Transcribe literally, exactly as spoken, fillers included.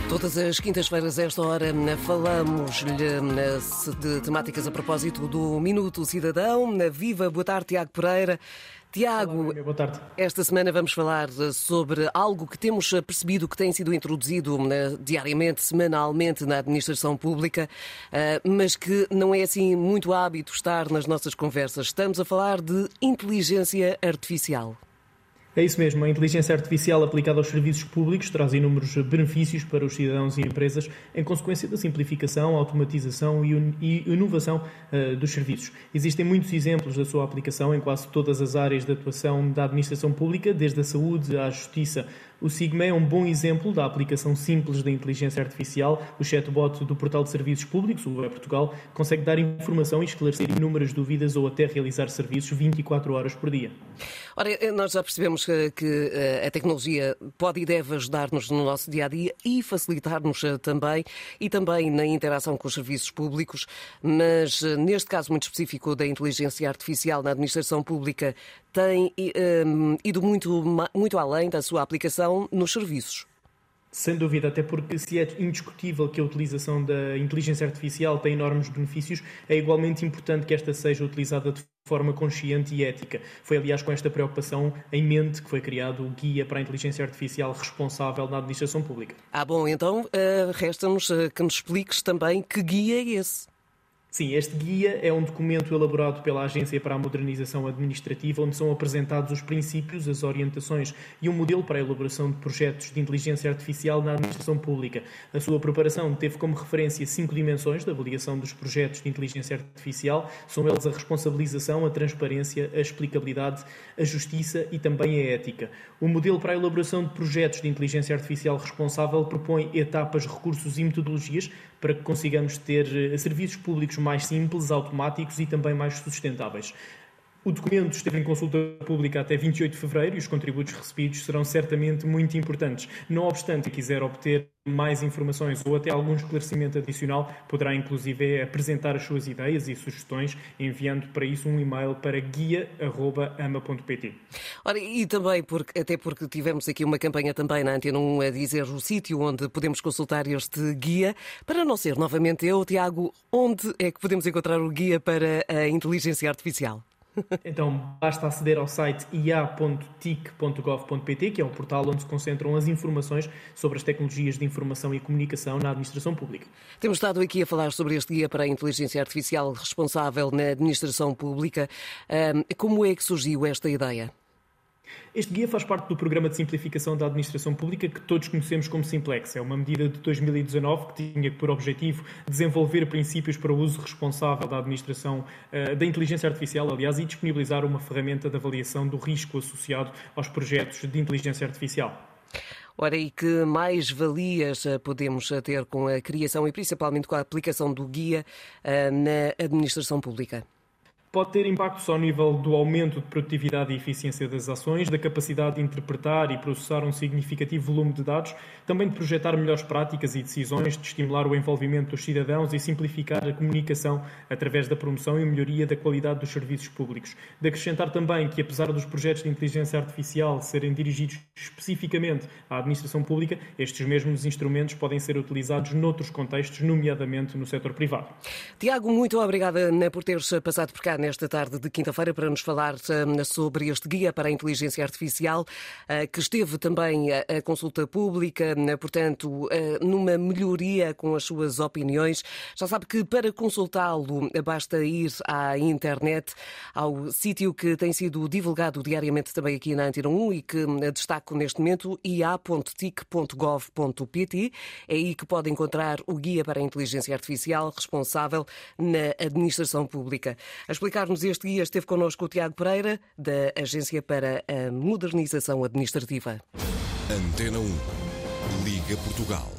Todas as quintas-feiras, a esta hora, falamos-lhe de temáticas a propósito do Minuto Cidadão. Viva, boa tarde, Tiago Pereira. Tiago, Olá, boa tarde. Esta semana vamos falar sobre algo que temos percebido que tem sido introduzido diariamente, semanalmente na administração pública, mas que não é assim muito hábito estar nas nossas conversas. Estamos a falar de inteligência artificial. É isso mesmo, a inteligência artificial aplicada aos serviços públicos traz inúmeros benefícios para os cidadãos e empresas em consequência da simplificação, automatização e inovação uh, dos serviços. Existem muitos exemplos da sua aplicação em quase todas as áreas de atuação da administração pública, desde a saúde à justiça. O Sigma é um bom exemplo da aplicação simples da inteligência artificial. O chatbot do Portal de Serviços Públicos, o e-Portugal, consegue dar informação e esclarecer inúmeras dúvidas ou até realizar serviços vinte e quatro horas por dia. Ora, nós já percebemos que, que a tecnologia pode e deve ajudar-nos no nosso dia-a-dia e facilitar-nos também, e também na interação com os serviços públicos, mas neste caso muito específico da inteligência artificial na administração pública, tem um, ido muito, muito além da sua aplicação nos serviços. Sem dúvida, até porque se é indiscutível que a utilização da inteligência artificial tem enormes benefícios, é igualmente importante que esta seja utilizada de forma consciente e ética. Foi, aliás, com esta preocupação em mente que foi criado o Guia para a Inteligência Artificial Responsável na Administração Pública. Ah, bom, então uh, resta-nos uh, que nos expliques também que guia é esse. Sim, este guia é um documento elaborado pela Agência para a Modernização Administrativa, onde são apresentados os princípios, as orientações e um modelo para a elaboração de projetos de inteligência artificial na administração pública. A sua preparação teve como referência cinco dimensões da avaliação dos projetos de inteligência artificial. São eles a responsabilização, a transparência, a explicabilidade, a justiça e também a ética. O modelo para a elaboração de projetos de inteligência artificial responsável propõe etapas, recursos e metodologias para que consigamos ter serviços públicos mais simples, automáticos e também mais sustentáveis. O documento esteve em consulta pública até vinte e oito de fevereiro e os contributos recebidos serão certamente muito importantes. Não obstante, se quiser obter mais informações ou até algum esclarecimento adicional, poderá inclusive apresentar as suas ideias e sugestões, enviando para isso um e-mail para guia arroba ama ponto pt. Ora, e também, porque, até porque tivemos aqui uma campanha também na Antena um a dizer o sítio onde podemos consultar este guia, para não ser novamente eu, Tiago, onde é que podemos encontrar o guia para a inteligência artificial? Então, basta aceder ao site i a ponto tic ponto gov ponto pt, que é o portal onde se concentram as informações sobre as tecnologias de informação e comunicação na administração pública. Temos estado aqui a falar sobre este guia para a inteligência artificial responsável na administração pública. Como é que surgiu esta ideia? Este guia faz parte do Programa de Simplificação da Administração Pública que todos conhecemos como Simplex. É uma medida de dois mil e dezanove que tinha por objetivo desenvolver princípios para o uso responsável da administração uh, da inteligência artificial, aliás, e disponibilizar uma ferramenta de avaliação do risco associado aos projetos de inteligência artificial. Ora, e que mais valias podemos ter com a criação e principalmente com a aplicação do guia uh, na administração pública? Pode ter impactos ao nível do aumento de produtividade e eficiência das ações, da capacidade de interpretar e processar um significativo volume de dados, também de projetar melhores práticas e decisões, de estimular o envolvimento dos cidadãos e simplificar a comunicação através da promoção e melhoria da qualidade dos serviços públicos. De acrescentar também que, apesar dos projetos de inteligência artificial serem dirigidos especificamente à administração pública, estes mesmos instrumentos podem ser utilizados noutros contextos, nomeadamente no setor privado. Tiago, muito obrigada por teres passado por cá nesta tarde de quinta-feira para nos falar sobre este guia para a inteligência artificial, que esteve também a consulta pública, portanto, numa melhoria com as suas opiniões. Já sabe que para consultá-lo basta ir à internet, ao sítio que tem sido divulgado diariamente também aqui na Antena um e que destaco neste momento, i a ponto tic ponto gov ponto pt. É aí que pode encontrar o guia para a inteligência artificial responsável na administração pública. A explicar-nos este guia esteve connosco o Tiago Pereira, da Agência para a Modernização Administrativa. Antena um. Liga Portugal.